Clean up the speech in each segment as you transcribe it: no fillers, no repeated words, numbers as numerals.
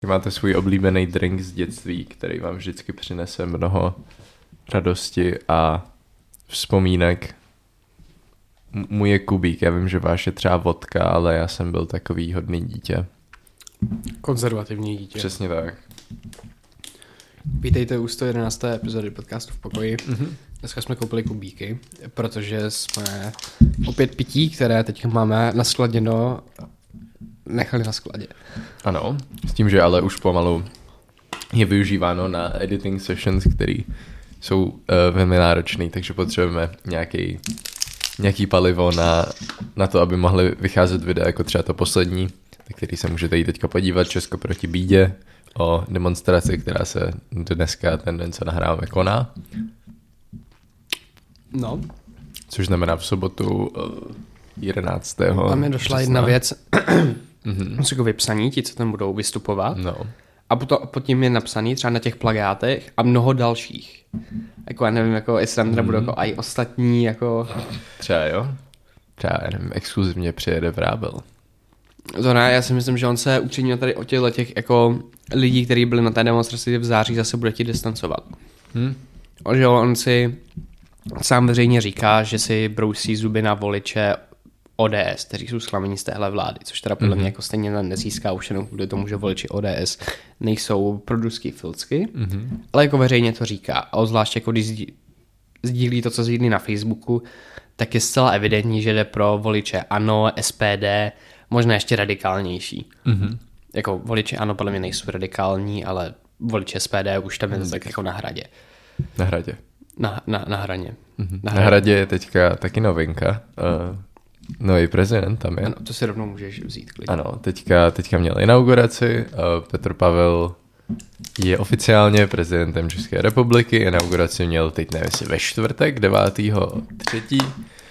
Máte svůj oblíbený drink z dětství, který vám vždycky přinese mnoho radosti a vzpomínek. Můj je Kubík, já vím, že váš je třeba vodka, ale já jsem byl takový hodný dítě. Konzervativní dítě. Přesně tak. Vítejte u 111. epizody podcastu V pokoji. Dneska jsme koupili Kubíky, protože jsme opět pití, které teď máme naskladěno, nechali na skladě. Ano, s tím, že ale už pomalu je využíváno na editing sessions, které jsou velmi náročné, takže potřebujeme nějaký palivo na to, aby mohly vycházet videa, jako třeba to poslední, který se můžete jít teďka podívat, Česko proti bídě, o demonstraci, která se dneska, ten den, co nahráváme, koná. No. Což znamená v sobotu 11. A mi došla jedna věc, jako vypsaní, ti, co tam budou vystupovat. No. A pod tím je napsaný třeba na těch plakátech a mnoho dalších. Jako já nevím, jako jestli tam teda budou jako i ostatní, jako... Třeba jo. Třeba, já nevím, exkluzivně přijede Vrábel. To ne, já si myslím, že on se učinil tady o těch jako lidí, kteří byli na té demonstraci v září, zase bude ti distancovat. Že on si sám veřejně říká, že si brousí zuby na voliče ODS, kteří jsou zklamení z téhle vlády, což teda podle mě jako stejně nezíská už jenom kvůli tomu, že voliči ODS nejsou produský filcky, ale jako veřejně to říká. A zvláště jako když sdílí to, co sdílí na Facebooku, tak je zcela evidentní, že jde pro voliče ANO, SPD, možná ještě radikálnější. Jako voliči ANO podle mě nejsou radikální, ale voliči SPD už tam je to tak jako na hradě. Na hradě. Na hraně. Na hradě je teďka taky novinka. Nový prezident tam je. Ano, to si rovnou můžeš vzít. Klidně. Ano, teďka měl inauguraci. Petr Pavel je oficiálně prezidentem České republiky. Inauguraci měl teď nevím, jestli ve čtvrtek, 9.3.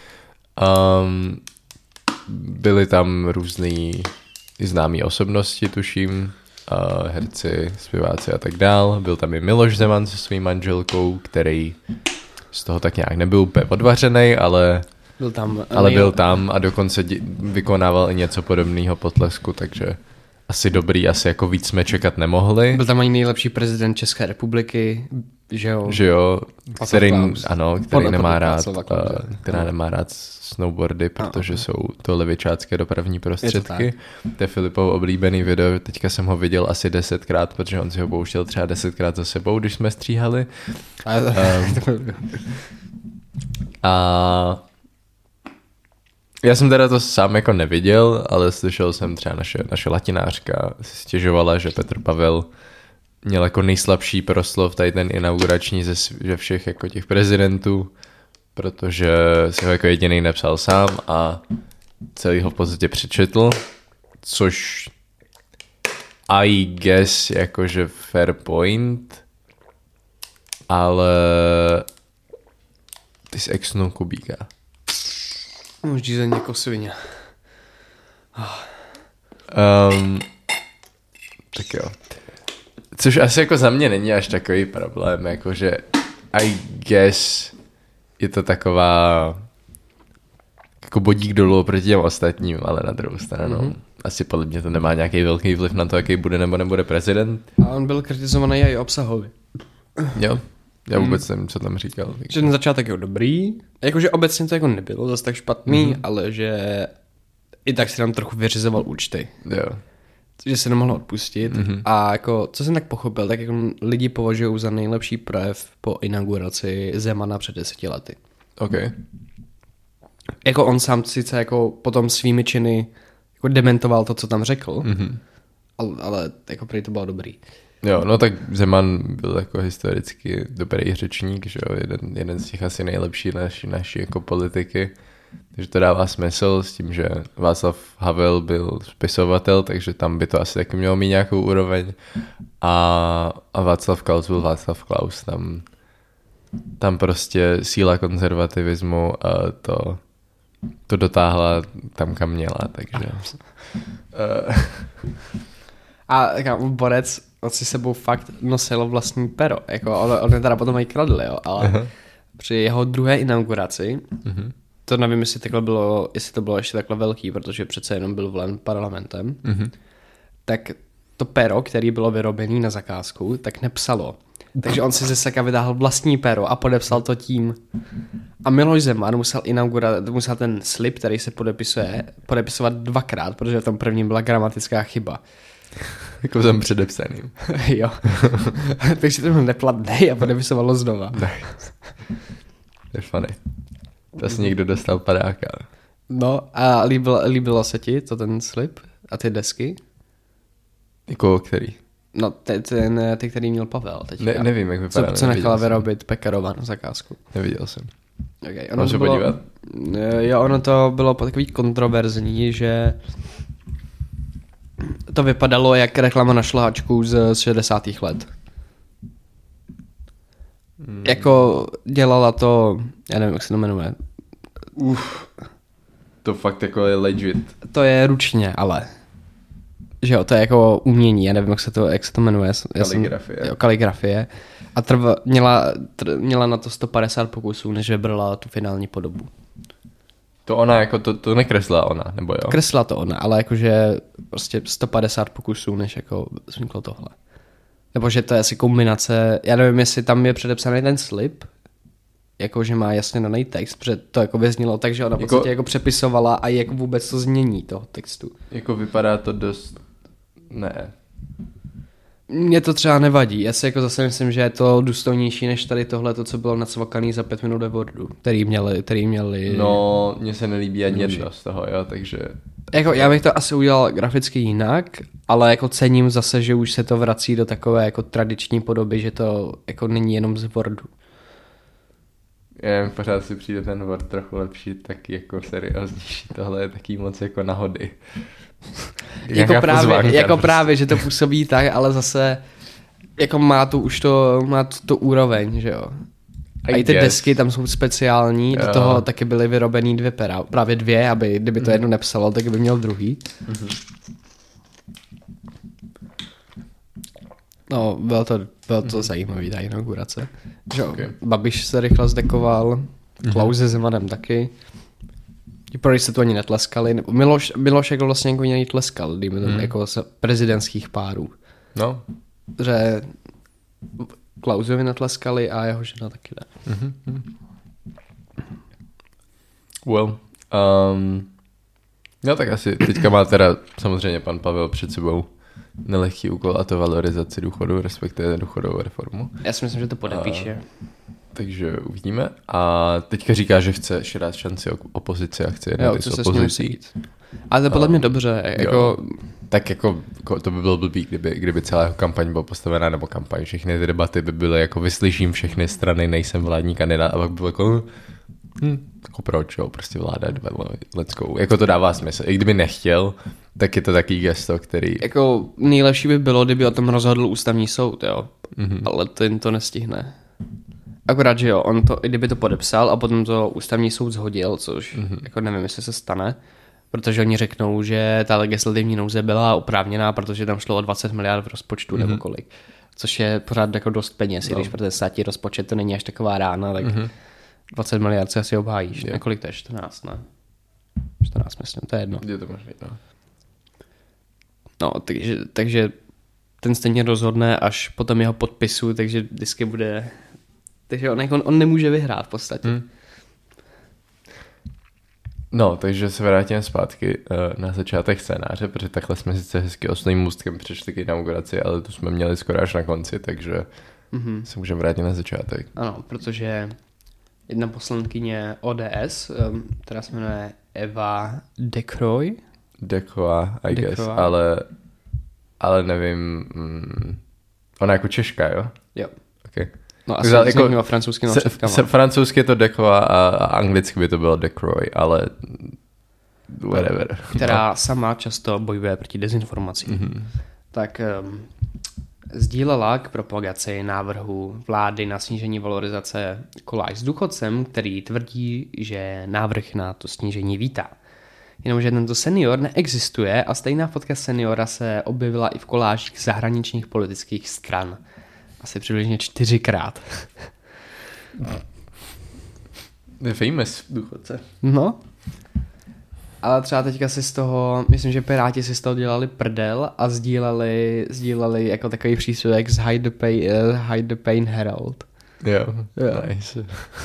Byly tam různý známí osobnosti, tuším, herci, zpěváci a tak dál. Byl tam i Miloš Zeman se svým manželkou, který z toho tak nějak nebyl úplně odvařený, ale byl tam a dokonce vykonával i něco podobného potlesku, takže asi dobrý, asi jako víc jsme čekat nemohli. Byl tam ani nejlepší prezident České republiky, že jo, který nemá rád snowboardy, protože jsou to levičácké dopravní prostředky. To je Filipov oblíbený video, teďka jsem ho viděl asi 10krát, protože on si ho pouštěl třeba 10krát za sebou, když jsme stříhali. A já jsem teda to sám jako neviděl, ale slyšel jsem třeba naše latinářka si stěžovala, že Petr Pavel měl jako nejslabší proslov tady ten inaugurační ze všech jako těch prezidentů, protože si ho jako jediný nepsal sám a celý ho v podstatě přečetl, což I guess jakože fair point, ale ty jsi exnul Kubíka. Můžeš řízení jako svině. Tak jo. Což asi jako za mě není až takový problém, jakože I guess je to taková jako bodík dolů proti těm ostatním, ale na druhou stranu asi podle mě to nemá nějaký velký vliv na to, jaký bude nebo nebude prezident. A on byl kritizovaný i obsahově. Jo, já vůbec nevím, co tam říkal. Takže. Že ten začátek je dobrý, jakože obecně to jako nebylo zase tak špatný, ale že i tak si tam trochu vyřizoval účty. Jo. Že se nemohlo odpustit a jako, co jsem tak pochopil, tak jako lidi považují za nejlepší projev po inauguraci Zemana před 10 lety. OK. Jako on sám sice jako potom svými činy jako dementoval to, co tam řekl, ale jako prý to bylo dobrý. Jo, no tak Zeman byl jako historicky dobrý řečník, že jo, jeden z těch asi nejlepší naší jako politiky. Takže to dává smysl s tím, že Václav Havel byl spisovatel, takže tam by to asi taky mělo mít nějakou úroveň. A Václav Klaus byl Václav Klaus. Tam prostě síla konzervativismu a to dotáhla tam, kam měla, takže... A Borec on si sebou fakt nosil vlastní pero. Jako, on je teda potom i kradl, jo, ale při jeho druhé inauguraci to nevím, jestli to bylo ještě takhle velký, protože přece jenom byl volen parlamentem, tak to pero, který bylo vyrobený na zakázku, tak nepsalo. Takže on si ze saka vytáhl vlastní pero a podepsal to tím. A Miloš Zeman musel ten slib, který se podepisovat dvakrát, protože v tom prvním byla gramatická chyba. Jako jsem předepsaný. Jo. Takže to byl neplatnej a podepisovalo znova. Nice. To je funny. To asi někdo dostal padáka. No a líbilo se ti to ten slib a ty desky? Jako který? No ty, který měl Pavel teďka. Nevím, jak vypadá. Co nechala vyrobit Pekarova na zakázku. Neviděl jsem. Okay, Můžu podívat? Jo, ono to bylo takový kontroverzní, že to vypadalo jak reklama na šlehačku z 60. let. Jako dělala to, já nevím, jak se to jmenuje. To fakt jako je legit. To je ručně, ale. Že jo, to je jako umění, já nevím, jak se to jmenuje. Kaligrafie. Kaligrafie. A měla na to 150 pokusů, než vybrala tu finální podobu. To ona jako, to nekreslila ona, nebo jo? Kreslila to ona, ale jakože prostě 150 pokusů, než jako vzniklo tohle. Nebo že to je asi kombinace, já nevím, jestli tam je předepsaný ten slib, jakože má jasně daný text, protože to jako vyznělo tak, že ona v podstatě jako přepisovala a jako vůbec to znění toho textu. Jako vypadá to dost, ne. Mně to třeba nevadí, já si jako zase myslím, že je to důstojnější než tady tohle, to, co bylo nacvakaný za 5 minut ve Wordu, který měli... No, mně se nelíbí ani jedno z toho, jo, takže... Jako já bych to asi udělal graficky jinak, ale jako cením zase, že už se to vrací do takové jako tradiční podoby, že to jako není jenom z Wordu. Já pořád si přijde ten Word trochu lepší, taky jako serióznější, tohle je taký moc jako na hody. Jako právě, že to působí tak, ale zase jako má to úroveň, že jo. A i ty desky tam jsou speciální, do toho taky byly vyrobený 2 pera, právě 2, aby kdyby to jedno nepsalo, tak by měl druhý. No, bylo to zajímavý, ta inaugurace. Okay. Babiš se rychle zdekoval, Klaus se Zemanem taky. Prý se tu ani netleskali, nebo Miloš jako vlastně jako něj tleskal, dejme tomu, jako z prezidentských párů. No. Že Klausovi netleskali a jeho žena taky ne. Well, no tak asi teďka má teda samozřejmě pan Pavel před sebou nelehký úkol a to valorizaci důchodu, respektive důchodovou reformu. Já si myslím, že to podepíše. Takže uvidíme. A teďka říká, že chce ještě dát šanci opozici a chce jednat s opozicí. Ale to je podle mě dobře. Jako... Tak jako to by bylo blbý, kdyby celá jeho kampaň byla postavená, nebo kampaň, všechny ty debaty by byly jako vyslyším všechny strany, nejsem vládní kandidát a pak by bylo jako jako proč, jo, prostě vláda let's go. Jako to dává smysl. I kdyby nechtěl, tak je to takový gesto, který... Jako nejlepší by bylo, kdyby o tom rozhodl ústavní soud, jo. Ale ten to nestihne. Akorát, že jo, on to, i kdyby to podepsal a potom to ústavní soud zhodil, což jako nevím, jestli se stane, protože oni řeknou, že ta legislativní nouze byla oprávněná, protože tam šlo o 20 miliard v rozpočtu nebo kolik. Což je pořád jako dost peněz, když pro ten státní rozpočet to není až taková rána, tak 20 miliard se asi obhájíš. Kolik to je? 14, ne? 14 myslím, to je jedno. Je to možný, no. No, takže ten stejně rozhodne až po tom jeho podpisu, takže vždycky bude... Takže on nemůže vyhrát v podstatě. No, takže se vrátíme zpátky na začátek scénáře, protože takhle jsme sice hezky oslým můstkem přešli k inauguraci, ale tu jsme měli skoro až na konci, takže se můžeme vrátit na začátek. Ano, protože jedna poslankyně ODS, která se jmenuje Eva Decroix, I guess, ale nevím, ona jako Češka, jo? Jo. Okay. No asi jako francouzsky francouzsky je to Decroix a anglicky by to bylo Decroix, ale whatever. Která sama často bojuje proti dezinformacím. Tak sdílela k propagaci návrhu vlády na snížení valorizace koláž s důchodcem, který tvrdí, že návrh na to snížení vítá. Jenomže tento senior neexistuje a stejná fotka seniora se objevila i v kolážích zahraničních politických stran. Asi přibližně 4krát. Je famous důchodce. No. Ale třeba teďka si z toho, myslím, že Piráti si z toho dělali prdel a sdíleli jako takový příspěvek z Hide the Pain Herald. Jo. Nice.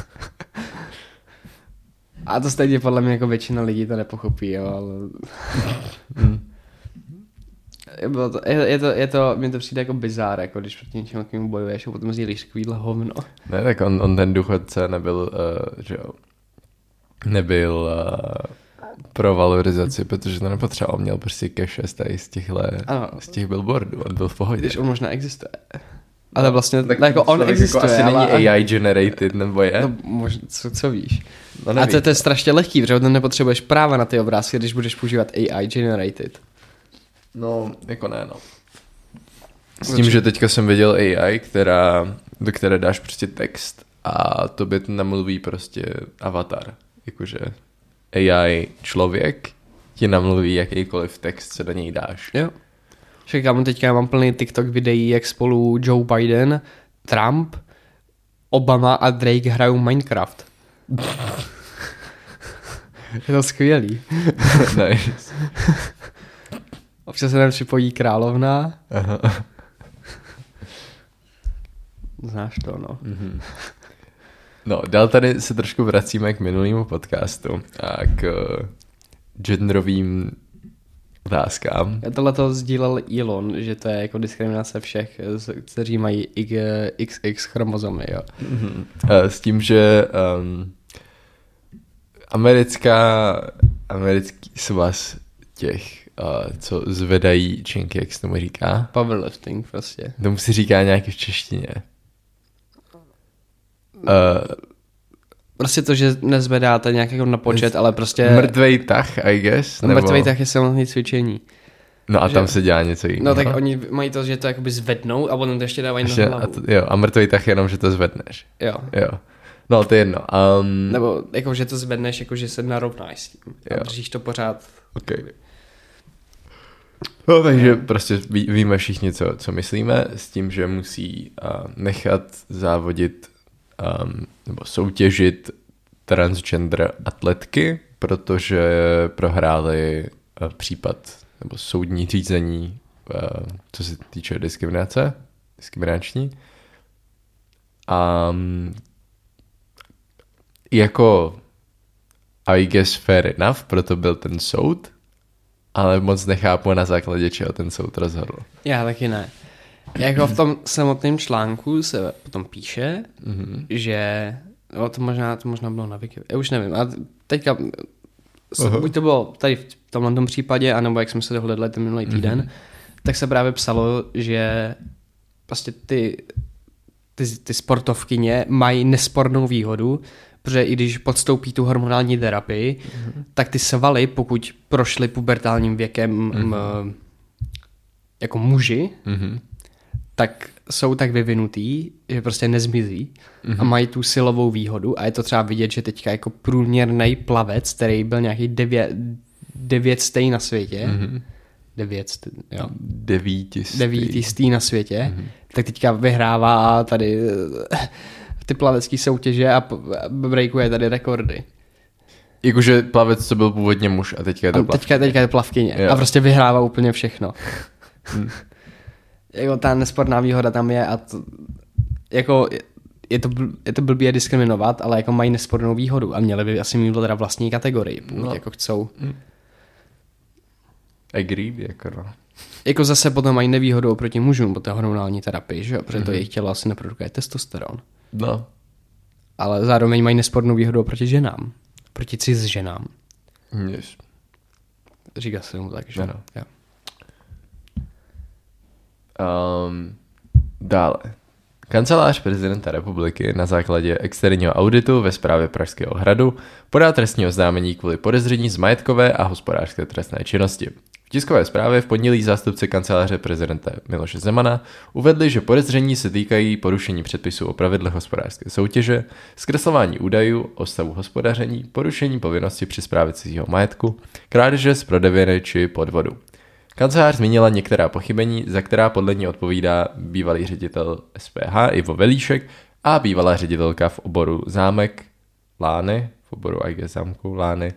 A to stejně podle mě jako většina lidí to nepochopí, jo, ale... Je to, mně to přijde jako bizár, jako když proti něčemu takovému bojuješ a potom sdílíš takovýhle hovno. Ne, tak on ten důchodce nebyl, že jo, nebyl pro valorizaci, protože to nepotřeboval, měl prostě cash z těch billboardů, on byl v pohodě. Když on možná existuje. Ale vlastně, tak jako on existuje, jako asi ale... není AI generated, nebo je? No, možná, co víš. No, a to je strašně lehký, protože tam nepotřebuješ práva na ty obrázky, když budeš používat AI generated. No, jako ne, no. S tím, že teďka jsem viděl AI, do které dáš prostě text a tobě namluví prostě avatar. Jakože AI člověk ti namluví jakýkoliv text, co do něj dáš. Jo. Čekám, teďka mám plný TikTok videí, jak spolu Joe Biden, Trump, Obama a Drake hrajou Minecraft. Je to skvělý. Nice. Občas se nám připojí královna. Aha. Znáš to, no. Mm-hmm. No, dál tady se trošku vracíme k minulému podcastu a k genderovým otázkám. Já tohleto sdílel Elon, že to je jako diskriminace všech, kteří mají XX chromozomy, jo. Mm-hmm. S tím, že americký svaz těch, co zvedají činky, jak se tomu říká? Powerlifting prostě. Tomu si říká nějaký v češtině. Prostě to, že nezvedáte nějak jako na počet, ale prostě... Mrtvej tah, I guess? Nebo... Mrtvej tah je samotný cvičení. No a že... tam se dělá něco jiného. No tak oni mají to, že to jakoby zvednou a potom to ještě dávají na hlavu. A mrtvej tah jenom, že to zvedneš. Jo. No to je jedno. Nebo jako, že to zvedneš, jako že se narovnáš s tím. A držíš to pořád. Okay. No, takže prostě víme všichni, co myslíme, s tím, že musí nechat závodit nebo soutěžit transgender atletky, protože prohráli případ nebo soudní řízení, co se týče diskriminační. Jako I guess fair enough, proto byl ten soud, ale moc nechápu, na základě čeho ten soud rozhodl. Já taky ne. Jako v tom samotném článku se potom píše, že to možná bylo na Wiki, já už nevím, a teďka buď to bylo tady v tomhle případě, anebo jak jsme se dohledli ten minulý týden, tak se právě psalo, že prostě ty sportovkyně mají nespornou výhodu, protože i když podstoupí tu hormonální terapii, tak ty svaly, pokud prošly pubertálním věkem jako muži, tak jsou tak vyvinutý, že prostě nezmizí a mají tu silovou výhodu a je to třeba vidět, že teďka jako průměrný plavec, který byl nějaký 9 na světě, devítistý na světě, tak teďka vyhrává tady ty plavecké soutěže a breakuje tady rekordy. Jakože plavec, co byl původně muž a teďka je to plavkyně. Teďka je to plavkyně. Jo. A prostě vyhrává úplně všechno. Jako ta nesporná výhoda tam je a to, jako je to blbě diskriminovat, ale jako mají nespornou výhodu a měli by asi mít teda vlastní kategorii, pokud jako chcou. Agreed, jako no. Jako zase potom mají nevýhodu oproti mužům po té hormonální terapii, že jo? Protože to jejich tělo asi neprodukuje testosteron. No. Ale zároveň mají nespornou výhodu oproti ženám. Proti cisženám. Yes. Říká se mu tak, že? Ano. Jo. Dále. Kancelář prezidenta republiky na základě externího auditu ve správě Pražského hradu podá trestní oznámení kvůli podezření z majetkové a hospodářské trestné činnosti. V tiskové zprávě v pondělí zástupci kanceláře prezidenta Miloše Zemana uvedli, že podezření se týkají porušení předpisů o pravidlech hospodářské soutěže, zkreslování údajů o stavu hospodaření, porušení povinnosti při správě cizího majetku, krádeže z prodevěry či podvodu. Kancelář zmínila některá pochybení, za která podle ní odpovídá bývalý ředitel SPH Ivo Velíšek a bývalá ředitelka v oboru zámek Lány, v oboru zámku Lány,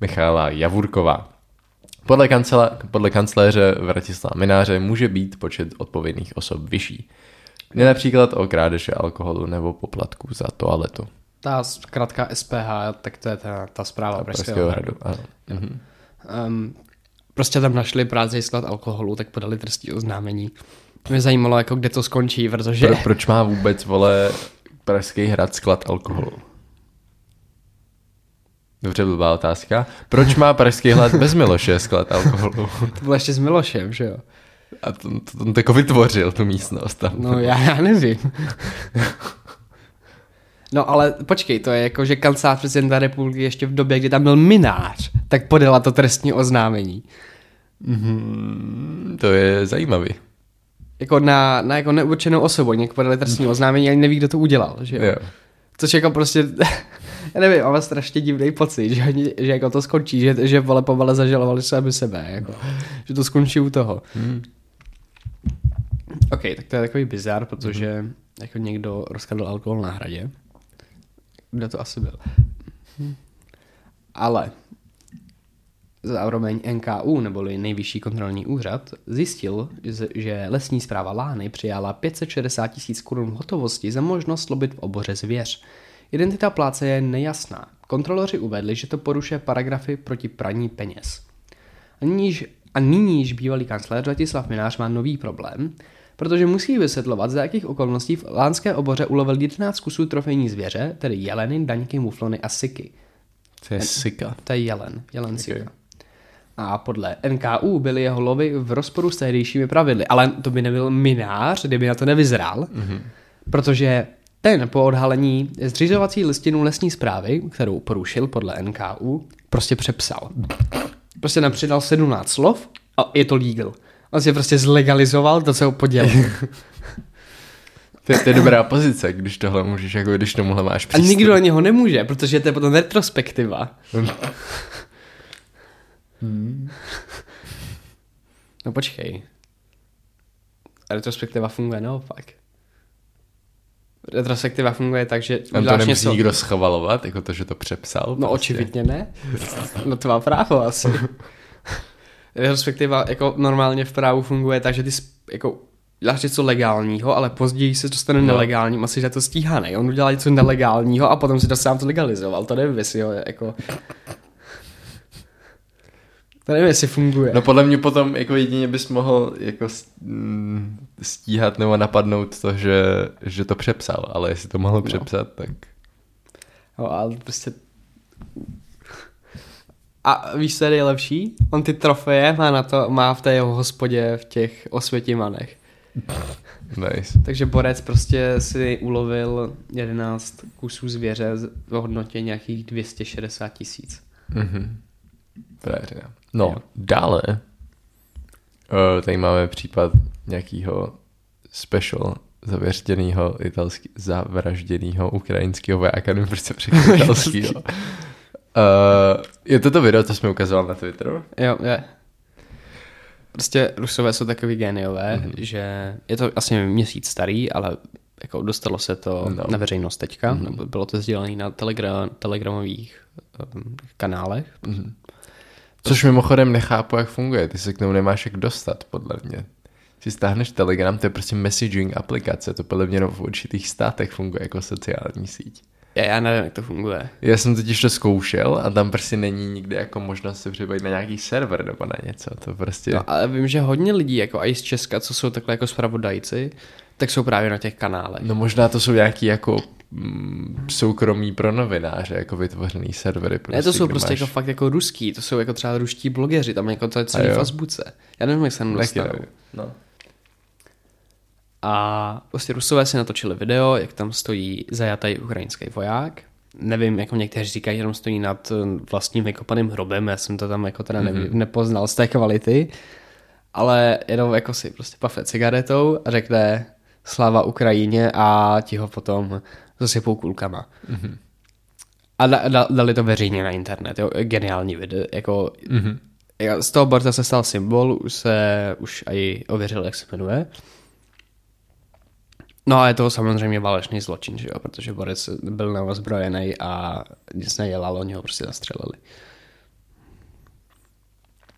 Michála Javurková. Podle kancléře Vratislava Mynáře může být počet odpovědných osob vyšší. Jde například o krádeže alkoholu nebo poplatku za toaletu. Ta zkrátka SPH, tak to je ta zpráva Pražského hradu. Prostě tam našli prázdný sklad alkoholu, tak podali trestní oznámení. Mě zajímalo, jako kde to skončí, protože... Proč má vůbec, Pražský hrad sklad alkoholu? Dobře, blbá otázka. Proč má Pražský hrad bez Miloše sklad alkoholu? To bylo ještě s Milošem, že jo? A to jako vytvořil tu místnost. Tam. No já nevím. No ale počkej, to je jako, že kancelář prezidenta republiky ještě v době, kdy tam byl Mynář, tak podala to trestní oznámení. To je zajímavý. Jako na jako neurčenou osobu, někdo podali trestní oznámení, ale neví, kdo to udělal, že jo? Což jako prostě, já nevím, mám strašně divný pocit, že jako to skončí, že vole pomale zažalovali sebe, jako, že to skončí u toho. OK, tak to je takový bizar, protože jako někdo rozkradl alkohol na hradě. Kdo to asi byl? Ale zároveň NKÚ, neboli Nejvyšší kontrolní úřad, zjistil, že lesní správa Lány přijala 560 000 korun v hotovosti za možnost lovit v oboře zvěř. Identita plátce je nejasná. Kontroloři uvedli, že to porušuje paragrafy proti praní peněz. A nyní již bývalý kancléř Vratislav Mynář má nový problém, protože musí vysvětlovat, za jakých okolností v lánské oboře ulovil 11 kusů trofejní zvěře, tedy jeleny, daňky, muflony a syky. To je syka. To je jelen syka. A podle NKÚ byly jeho lovy v rozporu s tehdejšími pravidly. Ale to by nebyl Mynář, kdyby na to nevyzrál, protože ten po odhalení zřizovací listinu lesní správy, kterou porušil podle NKÚ, prostě přepsal. Prostě napřidal 17 slov a je to legal. On si prostě zlegalizoval to, co ho podělal. To je dobrá pozice, když tohle můžeš, jako když tomuhle máš přístup. A nikdo na něho nemůže, protože to je potom retrospektiva. No počkej. Retrospektiva funguje naopak. Retrospektiva funguje tak, že... Tam to nemusí nikdo schvalovat, jako to, že to přepsal. No prostě. Očividně ne. No to má právo asi. Retrospektiva jako normálně v právu funguje tak, že ty jako děláš něco legálního, ale později se dostane nelegálním a si za to stíhaný. On udělá něco nelegálního a potom si to sám to legalizoval. To nevím, jestli jako... To nevím, jestli funguje. No podle mě potom jako jedině bys mohl jako stíhat nebo napadnout to, že to přepsal, ale jestli to mohl přepsat, tak... No, ale prostě... A víš, co je nejlepší? On ty trofeje má v té jeho hospodě v těch Osvětimanech. Nice. Takže borec prostě si ulovil 11 kusů zvěře v hodnotě nějakých 260 000. Právě. No, dále tady máme případ nějakého special zavražděného ukrajinského vojáka, nevím, proč se překlad italského. Je to video, co jsme ukazovali na Twitteru? Jo, je. Prostě Rusové jsou takový géniové, že je to asi měsíc starý, ale jako dostalo se to na veřejnost teďka, nebo bylo to sdělené na telegramových kanálech. Což mimochodem nechápu, jak funguje. Ty se k tomu nemáš jak dostat, podle mě. Si stáhneš Telegram, to je prostě messaging aplikace, to podle mě v určitých státech funguje jako sociální síť. Já nevím, jak to funguje. Já jsem totiž to zkoušel a tam prostě není nikdy jako možnost se připojit na nějaký server nebo na něco. To prostě... No, ale vím, že hodně lidí, jako i z Česka, co jsou takhle jako zpravodajci, tak jsou právě na těch kanálech. No možná to jsou nějaký jako soukromí pro novináře, jako vytvořený servery. Prostě, ne, to jsou prostě jako fakt jako ruský, to jsou jako třeba ruští blogeři, tam jako to je celý v Azbuce. Já nevím, jak se tam dostanou. No. A prostě Rusové si natočili video, jak tam stojí zajatý ukrajinský voják. Nevím, jako někteří říkají, jenom stojí nad vlastním vykopaným hrobem, já jsem to tam jako teda nepoznal z té kvality, ale jenom jako si prostě pafe cigaretou a řekne sláva Ukrajině a ti ho potom zasypou kulkama. A dali to veřejně na internet, jo, geniální video, jako z toho borca se stal symbol, už i ověřil, jak se jmenuje. No a je to samozřejmě válečný zločin, že jo, protože borec byl neozbrojený a nic nedělal, oni ho prostě zastřelili.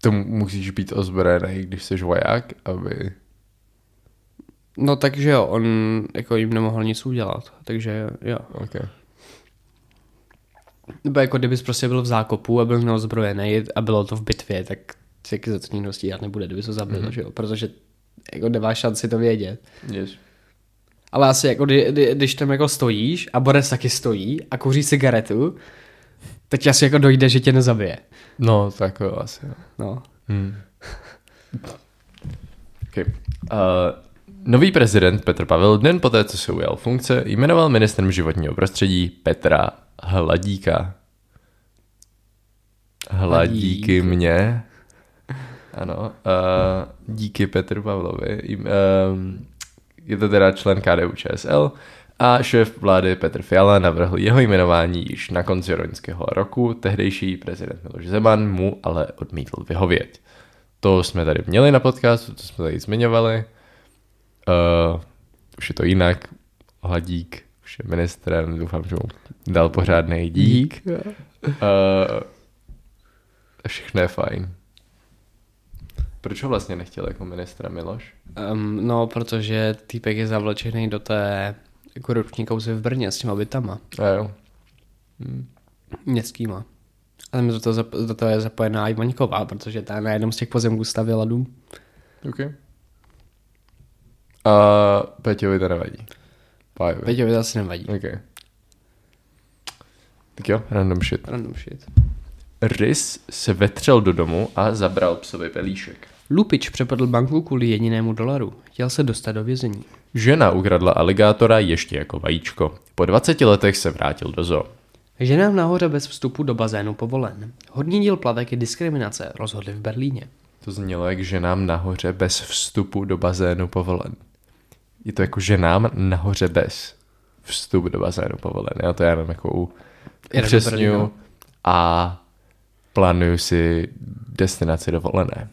To musíš být ozbrojený, když jsi voják, aby... No takže jo, on jako jim nemohl nic udělat, takže jo. Okay. Nebo jako kdybys prostě byl v zákopu a byl neozbrojený a bylo to v bitvě, tak taky za to nikdo stíhat nebude, kdyby se zabil, že jo, protože jako nemáš šanci to vědět. Yes. Ale asi jako když tam jako stojíš a Boris taky stojí a kouří cigaretu, teď asi jako dojde, že tě nezabije. No, tak jo, asi jo. No. Okay. Nový prezident Petr Pavel den poté, co se ujal funkce, jmenoval ministrem životního prostředí Petra Hladíka. Hladíky mě. Ano. Díky Petru Pavlovi. Je to teda člen KDU-ČSL a šéf vlády Petr Fiala navrhl jeho jmenování již na konci loňského roku. Tehdejší prezident Miloš Zeman mu ale odmítl vyhovět. To jsme tady měli na podcastu, to jsme tady zmiňovali. Už je to jinak. Hladík už je ministrem, doufám, že mu dal pořádný dík. Všechno je fajn. Proč ho vlastně nechtěl jako ministra Miloš? No, protože týpek je zavlečený do té korupční kauzy v Brně s těma bytama. A jo. Městskýma. A tam do toho je zapojená i Vaňková, protože ta na jednom z těch pozemků stavěla dům. OK. A Peťovi to nevadí. Peťovi to asi nevadí. OK. Tak jo, random shit. Random shit. Rys se vetřel do domu a zabral psovi pelíšek. Lupič přepadl banku kvůli $1. Chtěl se dostat do vězení. Žena ukradla aligátora ještě jako vajíčko. Po 20 letech se vrátil do zoo. Ženám nahoře bez vstupu do bazénu povolen. Hodný díl platek je diskriminace, rozhodli v Berlíně. To znělo jak ženám nahoře bez vstupu do bazénu povolen. Je to jako ženám nahoře bez vstup do bazénu povolen. Já to já jenom jako upřesňuju a plánuju si destinaci dovolené.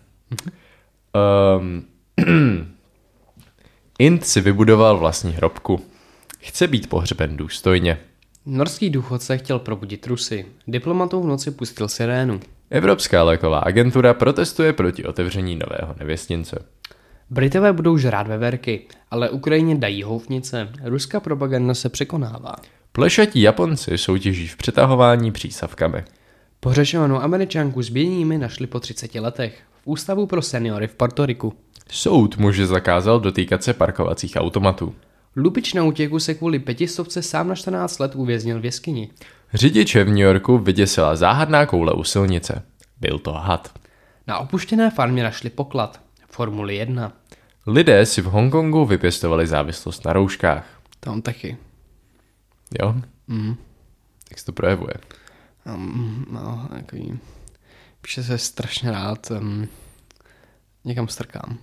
Int si vybudoval vlastní hrobku. Chce být pohřben důstojně. Norský důchodce chtěl probudit Rusy. Diplomatů v noci pustil sirénu. Evropská léková agentura protestuje proti otevření nového nevěstince. Britové budou žrát veverky, ale Ukrajině dají houfnice. Ruská propaganda se překonává. Plešatí Japonci soutěží v přetahování přísavkami. Pohřešovanou Američanku s běními našli po 30 letech. V ústavu pro seniory v Portoriku. Soud muži zakázal dotýkat se parkovacích automatů. Lupič na útěku se kvůli 500 sám na 14 let uvěznil v jeskyni. Řidiče v New Yorku vyděsila záhadná koule u silnice. Byl to had. Na opuštěné farmě našli poklad. Formuli 1. Lidé si v Hongkongu vypěstovali závislost na rouškách. Tam taky. Jo? Jak se to projevuje? No, takový... Píše se strašně rád. Někam strkám.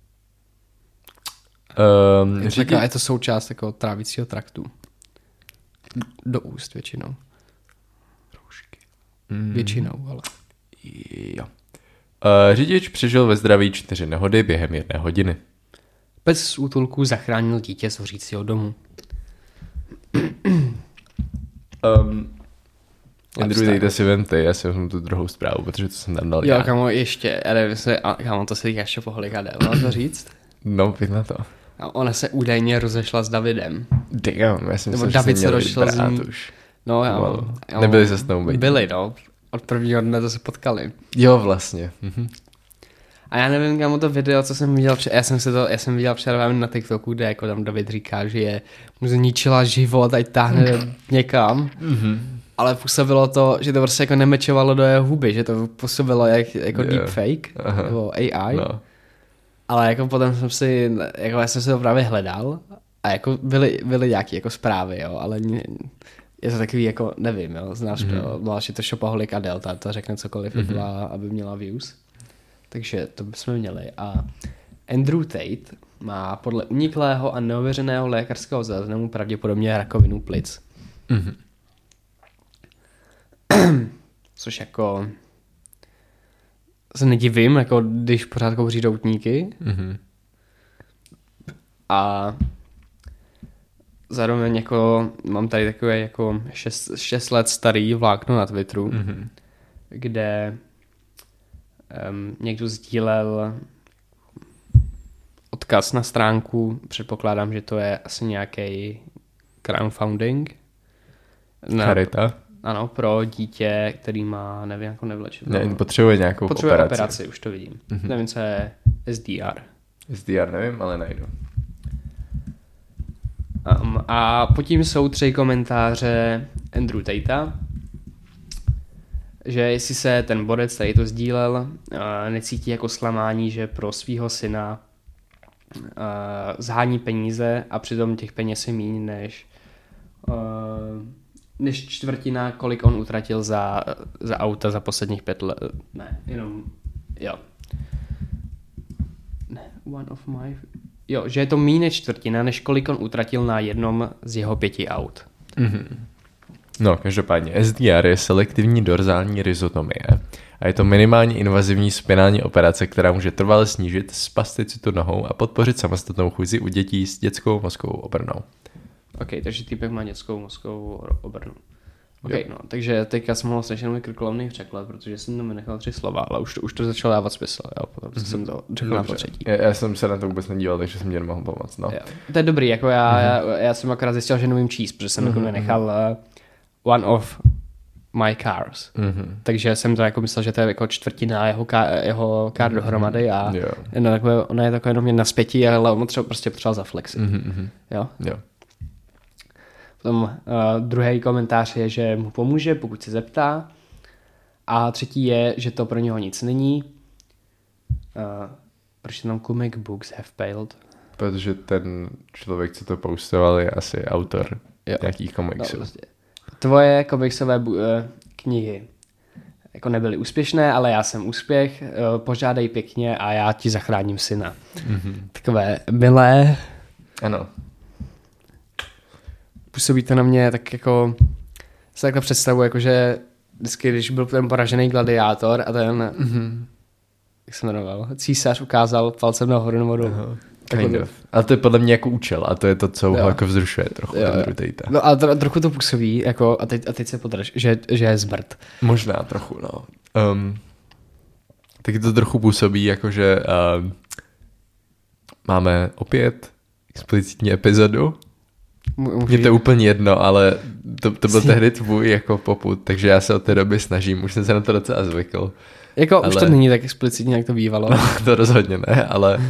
Je to součást jako trávicího traktu. Do úst většinou. Roušky. Většinou, ale... Jo. Řidič přežil ve zdraví 4 nehody během 1 hodiny. Pes z útulku zachránil dítě z hořícího domu. Andrew, dejte si venty, já si vezmu tu druhou zprávu, protože to jsem tam dal já. Jo, kámo, ještě, kámo, to se týká ještě poholika jde, mám to říct? No, pojď na to. A ona se údajně rozešla s Davidem. Damn, já jsem Nebo myslel, David že se měli rozešel s ním. už. No, já nebyli se s tou být. Byli, no. Od prvního dne to se potkali. Jo, vlastně. A já nevím, kámo, to video, co jsem viděl včera, já jsem viděl včera na TikToku, kde jako tam David říká, že je mu zničila život, ať táhne někam. Ale působilo to, že to prostě jako nemečovalo do jeho huby, že to působilo jako deepfake, nebo AI. No. Ale jako potom já jsem si to právě hledal a jako byly nějaké jako zprávy, jo, ale je to takový jako, nevím, jo, znáš, je to Shopaholic a Delta, to řekne cokoliv, aby měla views. Takže to bychom měli. A Andrew Tate má podle uniklého a neověřeného lékařského záznamu pravděpodobně rakovinu plic. Což jako se nedivím, jako když pořád kouří doutníky. A zároveň jako mám tady takové jako 6 let starý vlákno na Twitteru, kde někdo sdílel odkaz na stránku, předpokládám, že to je asi nějaký crowdfunding. Charita. Ano, pro dítě, který má, nevím, jako nevlečenou. Ne, potřebuje nějakou operaci, už to vidím. Nevím, co je SDR. SDR nevím, ale najdu. A potom jsou 3 komentáře Andrew Tatea, že jestli se ten borec, tady to sdílel, necítí jako zklamání, že pro svého syna zhání peníze a přitom těch peněz je míň než čtvrtina, kolik on utratil za auta za posledních 5 let. Ne, jenom, jo. Ne, že je to míň než čtvrtina, než kolik on utratil na jednom z jeho 5 aut. Mm-hmm. No, každopádně SDR je selektivní dorzální rizotomie a je to minimálně invazivní spinální operace, která může trvale snížit spasticitu nohou a podpořit samostatnou chůzi u dětí s dětskou mozkovou obrnou. Ok, takže týpek má dětskou mozkovou obrnu. Ok, no, takže teďka jsem mohl slyšet můj krkolomný překlad, protože jsem tam nechal 3 slova, ale už to začalo dávat smysl, jo, potom jsem to řekl na potřetí. Já jsem se na to vůbec nedíval, takže jsem tě nemohl pomoct, no. Jo. To je dobrý, jako já jsem akorát zjistil, že nemůžu číst, protože jsem jako nechal one of my cars. Takže jsem to jako myslel, že to je jako čtvrtina jeho car dohromady a ona je takové jenom 1/5, ale on třeba prostě potřeboval zaflexit. Jo? Potom druhý komentář je, že mu pomůže, pokud se zeptá. A třetí je, že to pro něho nic není. Proč tam comic books have failed? Protože ten člověk, co to postoval, je asi autor nějakých komiksů. No, vlastně. Tvoje komiksové knihy jako nebyly úspěšné, ale já jsem úspěch, požádej pěkně a já ti zachráním syna. Takové milé. Ano. Působí to na mě tak jako, se takhle představu, jakože vždycky, když byl ten poražený gladiátor a ten, jak se jmenoval, císař ukázal palcem nahoru nebo dolů. Kind of. Ale to je podle mě jako účel a to je to, co ho jako vzrušuje trochu. No a trochu to působí, jako, a teď se podraž, že je zmrt. Možná trochu, no. Taky to trochu působí, jako že máme opět explicitní epizodu. Mně to je úplně jedno, ale to byl tehdy tvůj jako popud, takže já se od té doby snažím, už jsem se na to docela zvykl. Jako ale... už to není tak explicitní, jak to bývalo. No, to rozhodně ne, ale...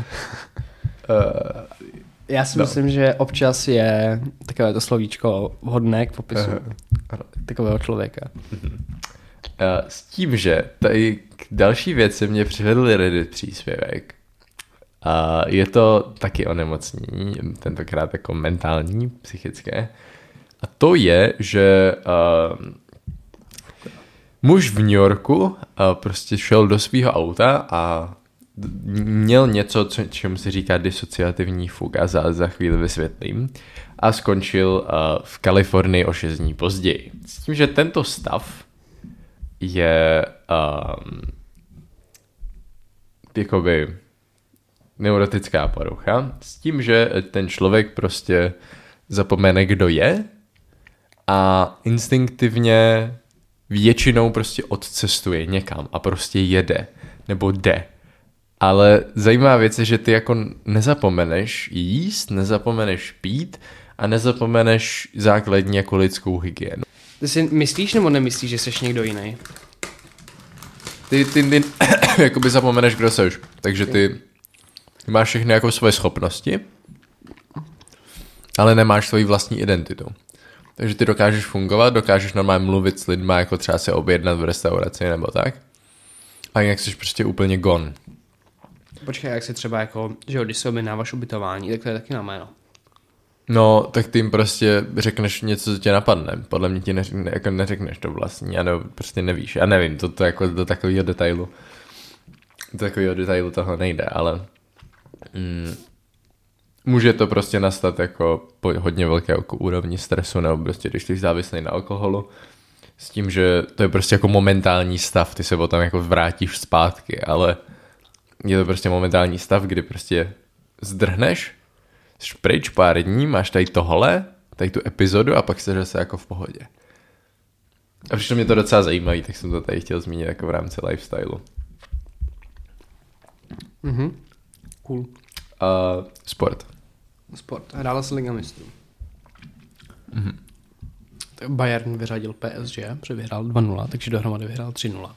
Já si myslím, že občas je takové to slovíčko vhodné k popisu takového člověka. S tím, že tady k další věci mě přivedl Reddit příspěvek. Je to taky onemocnění, tentokrát jako mentální, psychické. A to je, že muž v New Yorku prostě šel do svého auta a měl něco, čemu se říká disociativní fuga, za chvíli vysvětlím, a skončil v Kalifornii o 6 dní později. S tím, že tento stav je jakoby neurotická porucha, s tím, že ten člověk prostě zapomene, kdo je a instinktivně většinou prostě odcestuje někam a prostě jede nebo jde. Ale zajímavá věc je, že ty jako nezapomeneš jíst, nezapomeneš pít a nezapomeneš základní jako lidskou hygienu. Ty si myslíš nebo nemyslíš, že jsi někdo jiný? Ty jakoby zapomeneš, kdo seš. Takže ty máš všechny jako svoje schopnosti, ale nemáš svoji vlastní identitu. Takže ty dokážeš fungovat, dokážeš normálně mluvit s lidma, jako třeba se objednat v restauraci nebo tak. A jinak jsi prostě úplně gone. Počkej, jak si třeba jako, že když se objednáváš ubytování, tak to je taky na jméno. No, tak ty jim prostě řekneš něco, co tě napadne. Podle mě ti jako neřekneš to vlastní, anebo prostě nevíš. Já nevím, to jako do takového detailu. Do takového detailu toho nejde, ale může to prostě nastat jako po hodně velké jako úrovni stresu, nebo prostě když jsi závislý na alkoholu, s tím, že to je prostě jako momentální stav, ty se potom jako vrátíš zpátky, ale je to prostě momentální stav, kdy prostě zdrhneš, jsi pryč pár dní, máš tady tohle, tady tu epizodu a pak jsi zase jako v pohodě. A přišlo mě to docela zajímavý, tak jsem to tady chtěl zmínit jako v rámci lifestylu. Cool. Sport. Sport. Hrála se Liga mistrů. Tak Bayern vyřadil PSG, protože vyhrál 2-0, takže dohromady vyhrál 3-0.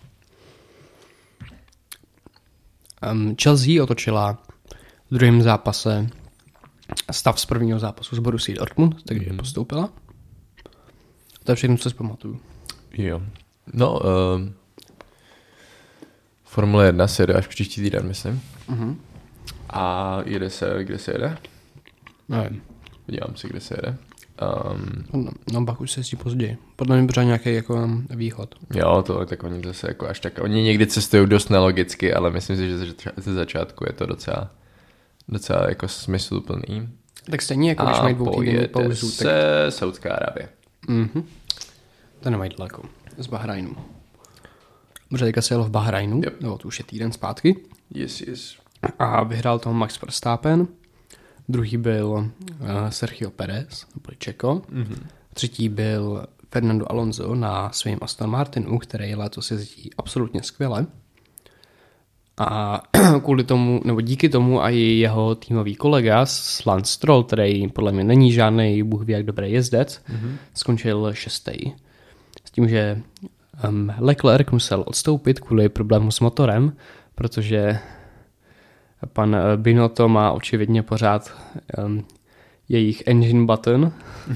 Chelsea otočila v druhém zápase stav z prvního zápasu z Borussia Dortmund, takže postoupila. To je všechno, co si pamatuju. Jo. No, Formule 1 se jede až příští týden, myslím. A jede se, kde se jede? Nevím. Podívám si, kde se jede. No, pak už se jezdí později. Podle mě bude nějaký jako východ. Jo, to tak oni zase jako až tak. Oni někdy cestují dost nelogicky, ale myslím si, že ze začátku je to docela jako smysluplný. Tak stejně jako když mají 2 týdenní pauzu. Se Saudská Arábie. To nemají daleko. Z Bahrajnu. Protože teďka se jelo v Bahrajnu, nebo to už je týden zpátky. Yes. A vyhrál toho Max Verstappen. Druhý byl Sergio Perez, nebo Čeko. Třetí byl Fernando Alonso na svém Aston Martinu, který letos jezdí absolutně skvěle. A kvůli tomu, nebo díky tomu i jeho týmový kolega Lance Stroll, který podle mě není žádný bůh ví jak dobrý jezdec, skončil 6. S tím, že Leclerc musel odstoupit kvůli problému s motorem, protože pan Binotto má očividně pořád jejich engine button.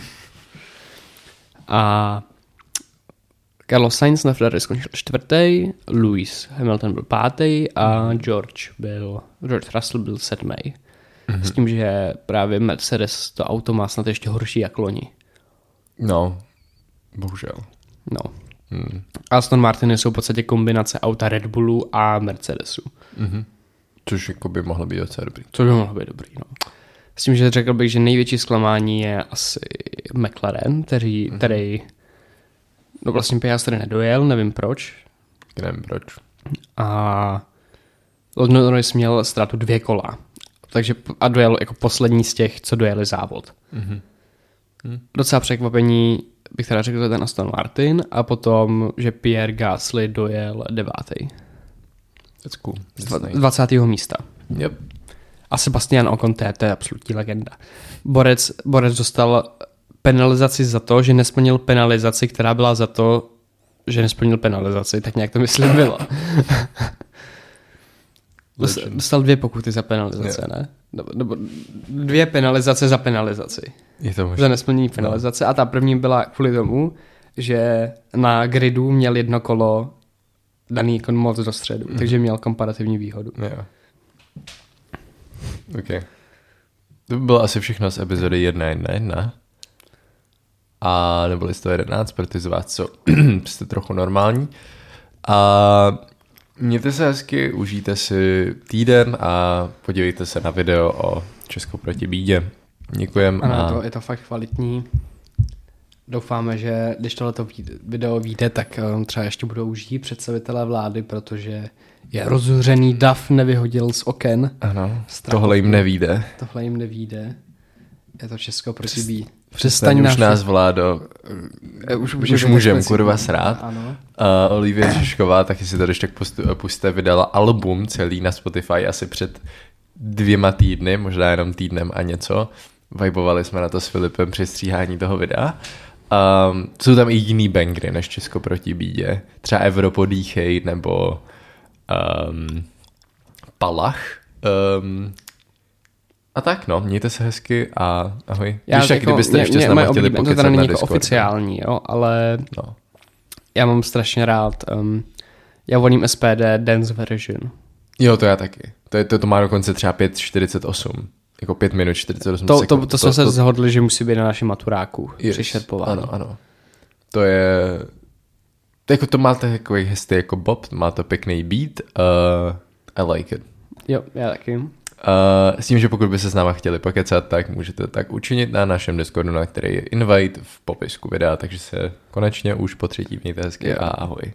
A Carlos Sainz na Ferrari skončil 4. Lewis Hamilton byl 5. a George Russell byl 7. S tím, že právě Mercedes to auto má snad ještě horší jak loni. No, bohužel. No. Aston Martiny jsou v podstatě kombinace auta Red Bullu a Mercedesu. Což jako by mohlo být docela dobrý. Což by mohlo být dobrý, no. S tím, že řekl bych, že největší zklamání je asi McLaren, který no vlastně Piastri nedojel, nevím proč. Nevím proč. A Lando Norris měl ztrátu 2 kola. Takže a dojel jako poslední z těch, co dojeli závod. Docela překvapení bych teda řekl, že ten Aston Martin a potom, že Pierre Gasly dojel 9. That's cool. Z 20. místa. Yep. A Sebastian Ocon, to je absolutní legenda. Borec dostal penalizaci za to, že nesplnil penalizaci, která byla za to, že nesplnil penalizaci. Tak nějak to myslím bylo. Dostal 2 pokuty za penalizace, ne? Nebo 2 penalizace za penalizaci. Je to možná. Za nesplnění penalizace. A ta první byla kvůli tomu, že na gridu měl 1 kolo daný moc do středu, takže měl komparativní výhodu. Jo. OK. To by bylo asi všechno z epizody 1.1.1. A neboli 111, protože z vás, co jste trochu normální. A mějte se hezky, užijte si týden a podívejte se na video o Česku proti bídě. Děkujem. Ano, je to fakt kvalitní. Doufáme, že když tohleto video vyjde, tak třeba ještě budou žít představitelé vlády, protože je rozhořený dav nevyhodil z oken. Ano, tohle jim nevíde. Tohle jim nevíde. Je to Česko proti bídě. Přestaň už nás, vládo. Už můžem, kurva, srát. Ano. Olivia Žižková, taky si to když tak puste, vydala album celý na Spotify asi před 2 týdny, možná jenom týdnem a něco. Vibovali jsme na to s Filipem při stříhání toho videa. Jsou tam i jiný bangry než Česko proti bídě. Třeba Evropodýchej nebo Palach. A tak no, mějte se hezky a ahoj. Když tak, kdybyste ještě s námi chtěli pokecat na Discord. To oficiální, jo, ale já mám strašně rád, já volím SPD Dance Version. Jo, to já taky. To má dokonce třeba 5:48. Jako 5 minut 48 sekund. To jsme se shodli, že musí být na našem maturáku při šerpování. Ano. To je... Jako to máte takový hezký jako Bob, má to pěkný beat. I like it. Jo, já taky. S tím, že pokud by se s náma chtěli pokecat, tak můžete tak učinit na našem Discordu, na který je invite v popisku videa, takže se konečně už po 3. mějte hezky a ahoj.